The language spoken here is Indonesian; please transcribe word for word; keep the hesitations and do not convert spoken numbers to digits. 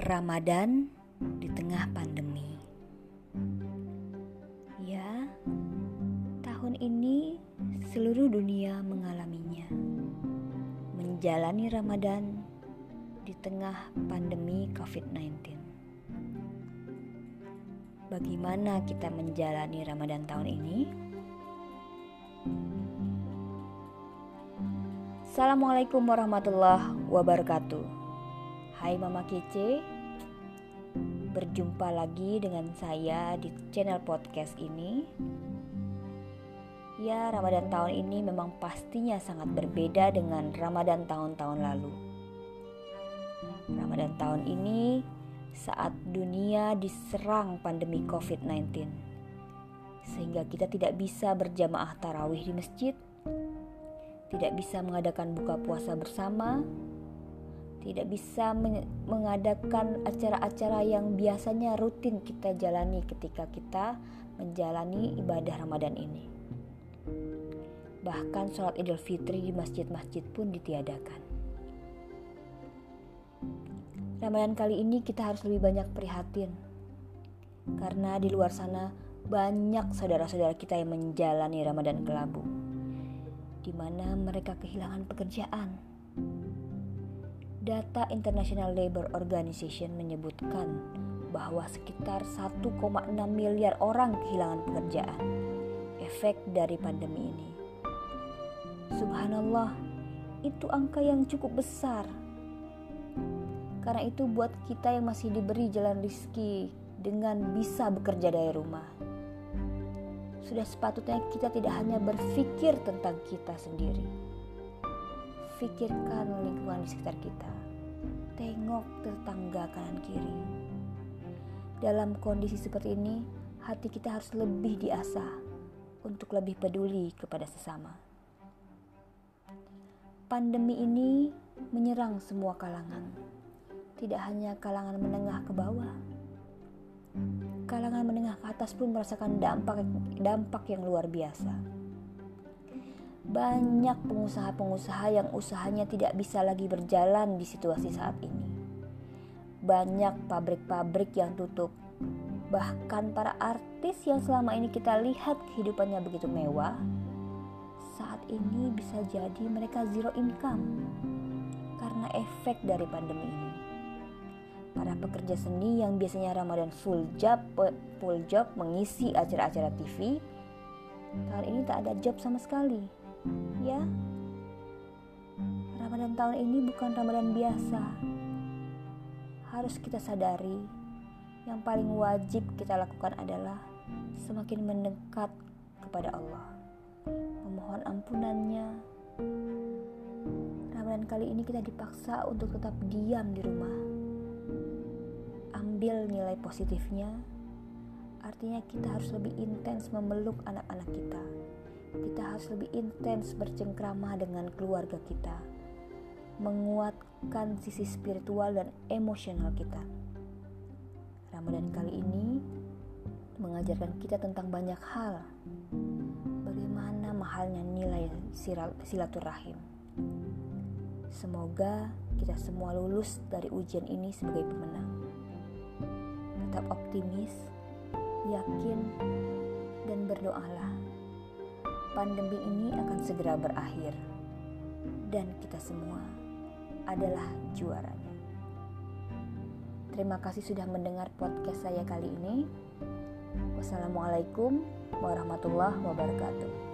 Ramadan di tengah pandemi. Ya, tahun ini seluruh dunia mengalaminya. Menjalani Ramadan di tengah pandemi covid sembilan belas. Bagaimana kita menjalani Ramadan tahun ini? Assalamualaikum warahmatullahi wabarakatuh. Hai Mama Kece, berjumpa lagi dengan saya di channel podcast ini. Ya, Ramadan tahun ini memang pastinya sangat berbeda dengan Ramadan tahun-tahun lalu. Ramadan tahun ini saat dunia diserang pandemi covid sembilan belas, sehingga kita tidak bisa berjamaah tarawih di masjid, tidak bisa mengadakan buka puasa bersama, tidak bisa mengadakan acara-acara yang biasanya rutin kita jalani ketika kita menjalani ibadah Ramadan ini. Bahkan sholat Idul Fitri di masjid-masjid pun ditiadakan. Ramadan kali ini kita harus lebih banyak prihatin, karena di luar sana banyak saudara-saudara kita yang menjalani Ramadan kelabu, di mana mereka kehilangan pekerjaan. Data International Labour Organization menyebutkan bahwa sekitar satu koma enam miliar orang kehilangan pekerjaan efek dari pandemi ini. Subhanallah, itu angka yang cukup besar. Karena itu buat kita yang masih diberi jalan rezeki dengan bisa bekerja dari rumah, sudah sepatutnya kita tidak hanya berpikir tentang kita sendiri. Pikirkan lingkungan di sekitar kita. Tengok tetangga kanan kiri. Dalam kondisi seperti ini, hati kita harus lebih diasah untuk lebih peduli kepada sesama. Pandemi ini menyerang semua kalangan, tidak hanya kalangan menengah ke bawah. Kalangan menengah ke atas pun merasakan dampak dampak yang luar biasa. Banyak pengusaha-pengusaha yang usahanya tidak bisa lagi berjalan di situasi saat ini. Banyak pabrik-pabrik yang tutup. Bahkan para artis yang selama ini kita lihat kehidupannya begitu mewah, saat ini bisa jadi mereka zero income karena efek dari pandemi ini. Para pekerja seni yang biasanya Ramadan full job, full job mengisi acara-acara T V, tahun ini tak ada job sama sekali. Ya, Ramadan tahun ini bukan Ramadan biasa. Harus kita sadari, yang paling wajib kita lakukan adalah semakin mendekat kepada Allah, memohon ampunannya. Ramadan kali ini kita dipaksa untuk tetap diam di rumah. Ambil nilai positifnya, artinya kita harus lebih intens memeluk anak-anak kita. Kita harus lebih intens bercengkrama dengan keluarga kita, menguatkan sisi spiritual dan emosional kita. Ramadan kali ini mengajarkan kita tentang banyak hal. Bagaimana mahalnya nilai silaturahim. Semoga kita semua lulus dari ujian ini sebagai pemenang. Tetap optimis, yakin, dan berdoalah. Pandemi ini akan segera berakhir dan kita semua adalah juaranya. Terima kasih sudah mendengar podcast saya kali ini. Wassalamualaikum warahmatullahi wabarakatuh.